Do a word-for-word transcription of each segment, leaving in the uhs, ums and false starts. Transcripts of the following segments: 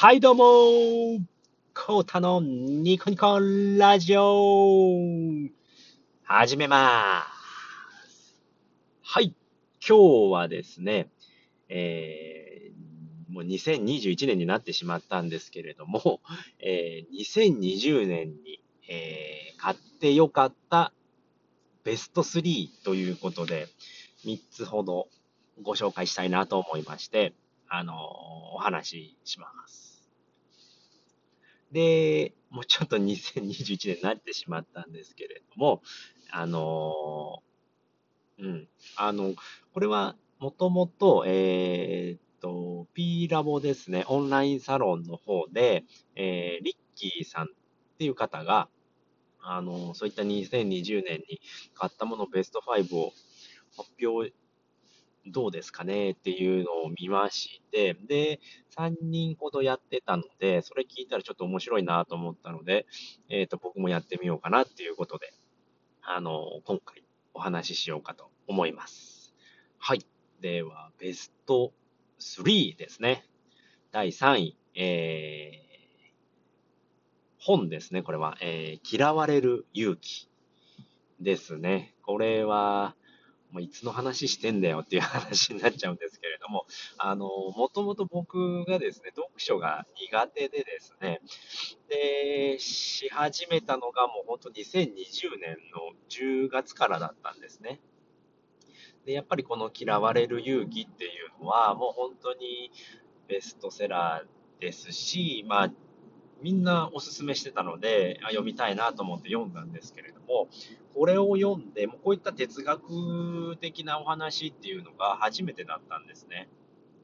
はい、どうもー。コータのニコニコラジオ。始めまーす。はい。今日はですね、えー、もうにせんにじゅういちねんにじゅういちねんになってしまったんですけれども、えー、にせんにじゅうねんに、えー、買ってよかったベストスリーということで、みっつほどご紹介したいなと思いまして、あのーお話しします。で、もうちょっとにせんにじゅういちねんになってしまったんですけれども、あのーうん、あの、これはもともと、えーっと、P ラボですね、オンラインサロンの方で、えーリッキーさんっていう方が、あの、そういったにせんにじゅうねんに買ったものベストごを発表どうですかねっていうのを見まして、で、さんにんほどやってたので、それ聞いたらちょっと面白いなと思ったので、えっと、僕もやってみようかなっていうことで、あの、今回お話ししようかと思います。はい。では、ベストスリーですね。だいさんい、えー、本ですね、これは。えー、嫌われる勇気ですね。これは、もういつの話してんだよっていう話になっちゃうんですけれども、あの、もともと僕がですね、読書が苦手でですね、で、し始めたのがもう本当にせんにじゅうねんのじゅうがつからだったんですね。で、やっぱりこの嫌われる勇気っていうのは、もう本当にベストセラーですし、まあ、みんなおすすめしてたので、あ読みたいなと思って読んだんですけれども、これを読んで、もうこういった哲学的なお話っていうのが初めてだったんですね。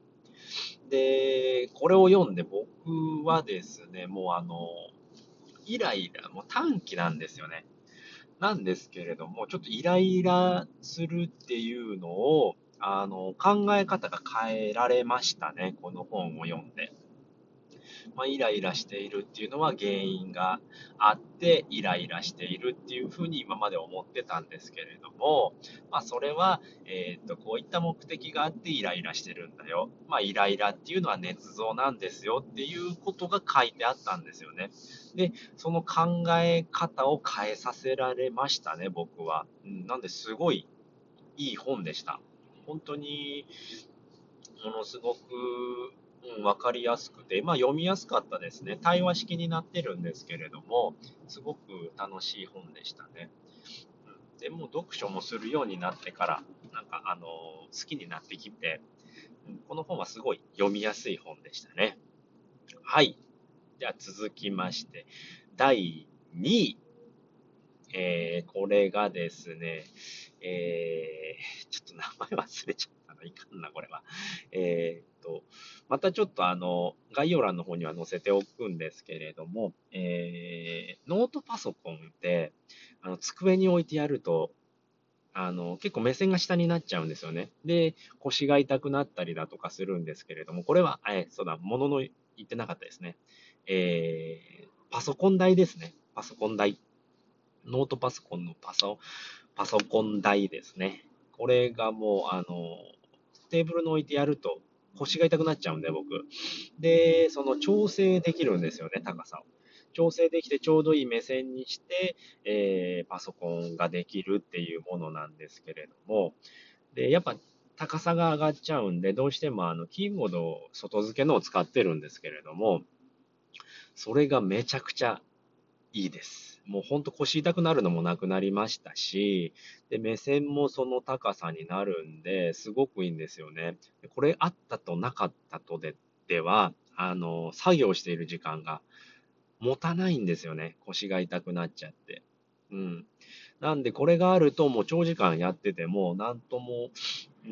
で、これを読んで僕はですね、もうあの、イライラ、もう短期なんですよね。なんですけれども、ちょっとイライラするっていうのを、あの、考え方が変えられましたね。この本を読んで。まあ、イライラしているっていうのは原因があってイライラしているっていうふうに今まで思ってたんですけれども、まあ、それは、えーっとこういった目的があってイライラしてるんだよ、まあ、イライラっていうのは捏造なんですよっていうことが書いてあったんですよね。でその考え方を変えさせられましたね、僕は。うん、なんですごいいい本でした。本当にものすごく、うん、分かりやすくて、まあ、読みやすかったですね。対話式になってるんですけれども、すごく楽しい本でしたね。うん、でも読書もするようになってから、なんかあの好きになってきて、うん、この本はすごい読みやすい本でしたね。はい。では続きまして、だいにい。えー、これがですね、えー、ちょっと名前忘れちゃったな。いかんな、これは。えーっと、またちょっとあの、概要欄の方には載せておくんですけれども、えー、ノートパソコンって、あの、机に置いてやると、あの、結構目線が下になっちゃうんですよね。で、腰が痛くなったりだとかするんですけれども、これは、えーそうだ、ものの言ってなかったですね。えー、パソコン台ですね。パソコン台。ノートパソコンのパソ、パソコン台ですね。これがもう、あの、テーブルに置いてやると腰が痛くなっちゃうんで、僕。で、その調整できるんですよね、高さを。調整できてちょうどいい目線にして、えーパソコンができるっていうものなんですけれども、で、やっぱ高さが上がっちゃうんで、どうしてもあのキーボードを外付けのを使ってるんですけれども、それがめちゃくちゃいいです。もうほんと腰痛くなるのもなくなりましたし、で、目線もその高さになるんで、すごくいいんですよね。でこれあったとなかったとで、では、あの、作業している時間が持たないんですよね。腰が痛くなっちゃって。うん。なんで、これがあると、もう長時間やってても、なんとも、うん、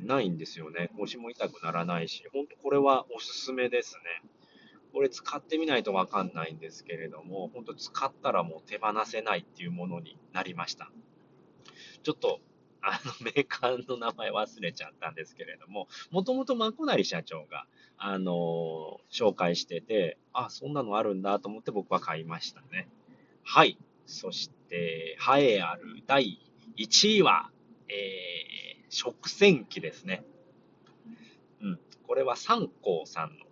ないんですよね。腰も痛くならないし、ほんとこれはおすすめですね。これ使ってみないとわかんないんですけれども、本当使ったらもう手放せないっていうものになりました。ちょっと、あのメーカーの名前忘れちゃったんですけれども、もともとマコナリ社長が、あの紹介してて、あ、そんなのあるんだと思って僕は買いましたね。はい。そして、栄えあるだいいちいは、えー、食洗機ですね。うん。これは三幸さんの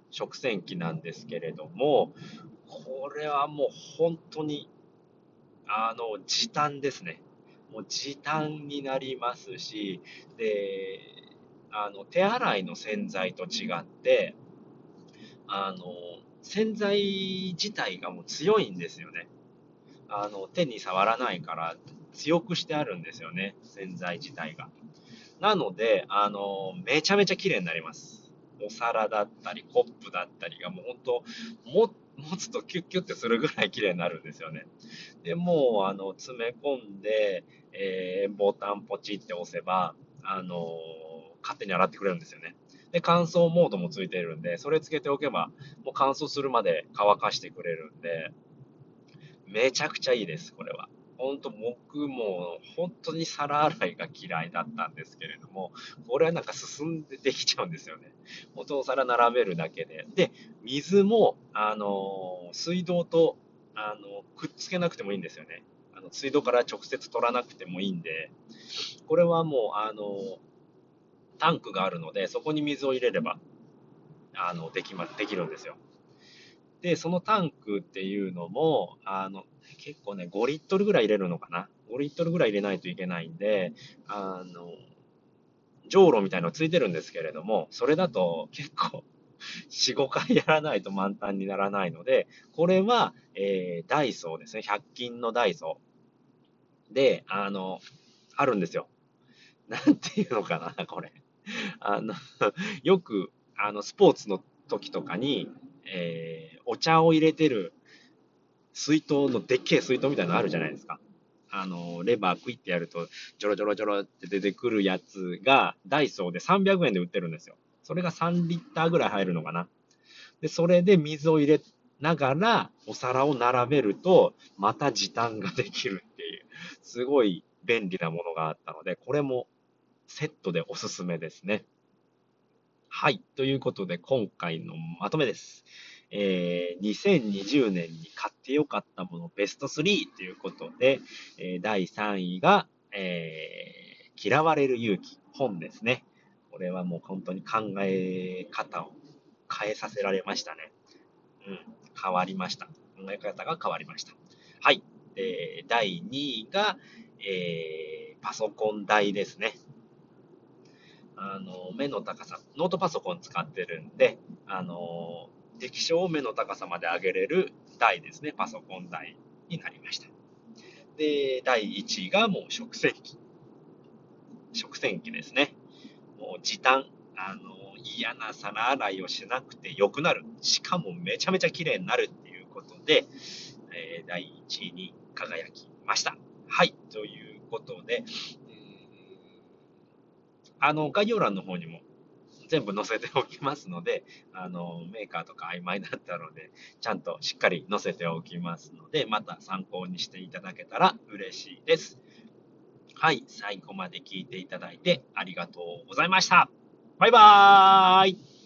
食洗機なんですけれども、これはもう本当に、あの、時短ですね。もう時短になりますし、で、あの、手洗いの洗剤と違って、あの、洗剤自体がもう強いんですよね。あの、手に触らないから強くしてあるんですよね、洗剤自体が。なので、あの、めちゃめちゃ綺麗になります。お皿だったり、コップだったりがもう本当、も、持つとキュッキュッてするぐらい綺麗になるんですよね。で、もう、あの、詰め込んで、えーボタンポチって押せば、あの勝手に洗ってくれるんですよね。で、乾燥モードもついてるんで、それつけておけば、もう乾燥するまで乾かしてくれるんで、めちゃくちゃいいです、これは。本当僕も本当に皿洗いが嫌いだったんですけれども、これはなんか進んでできちゃうんですよね。元お皿並べるだけで。で、水も、あの、水道と、あの、くっつけなくてもいいんですよね。あの、水道から直接取らなくてもいいんで、これはもう、あの、タンクがあるので、そこに水を入れれば、あの、できま、できるんですよ。で、そのタンクっていうのも、あの、結構ね、ごリットルぐらい入れるのかな。ごリットルぐらい入れないといけないんで、あの、じょうろみたいのついてるんですけれども、それだと結構よん、ごかいやらないと満タンにならないので、これは、えー、ダイソーですね。ひゃく均のダイソーで、あの、あるんですよ。なんていうのかな、これ。あの、よく、あの、スポーツの時とかに、えー、お茶を入れてる水筒のでっけえ水筒みたいなのあるじゃないですか。あの、レバークイってやると、ジョロジョロジョロって出てくるやつが、ダイソーでさんびゃくえんで売ってるんですよ。それがさんリッターぐらい入るのかな。で、それで水を入れながら、お皿を並べると、また時短ができるっていう、すごい便利なものがあったので、これもセットでおすすめですね。はい。ということで、今回のまとめです。えー、にせんにじゅうねんに買ってよかったものベストスリーということで、えーだいさんいが、えー嫌われる勇気、本ですね。これはもう本当に考え方を変えさせられましたね。うん。変わりました。考え方が変わりました。はい。で、だいにいが、えーパソコン台ですね。あの、目の高さ、ノートパソコン使ってるんで、あの、液晶を目の高さまで上げれる台ですね。パソコン台になりました。で、だいいちいがもう食洗機。食洗機ですね。もう時短。あの、嫌な皿洗いをしなくて良くなる。しかもめちゃめちゃ綺麗になるっていうことで、えー、だいいちいに輝きました。はい。ということで、あの、概要欄の方にも全部載せておきますので、あの、メーカーとか曖昧だったので、ちゃんとしっかり載せておきますので、また参考にしていただけたら嬉しいです。はい、最後まで聞いていただいてありがとうございました。バイバーイ。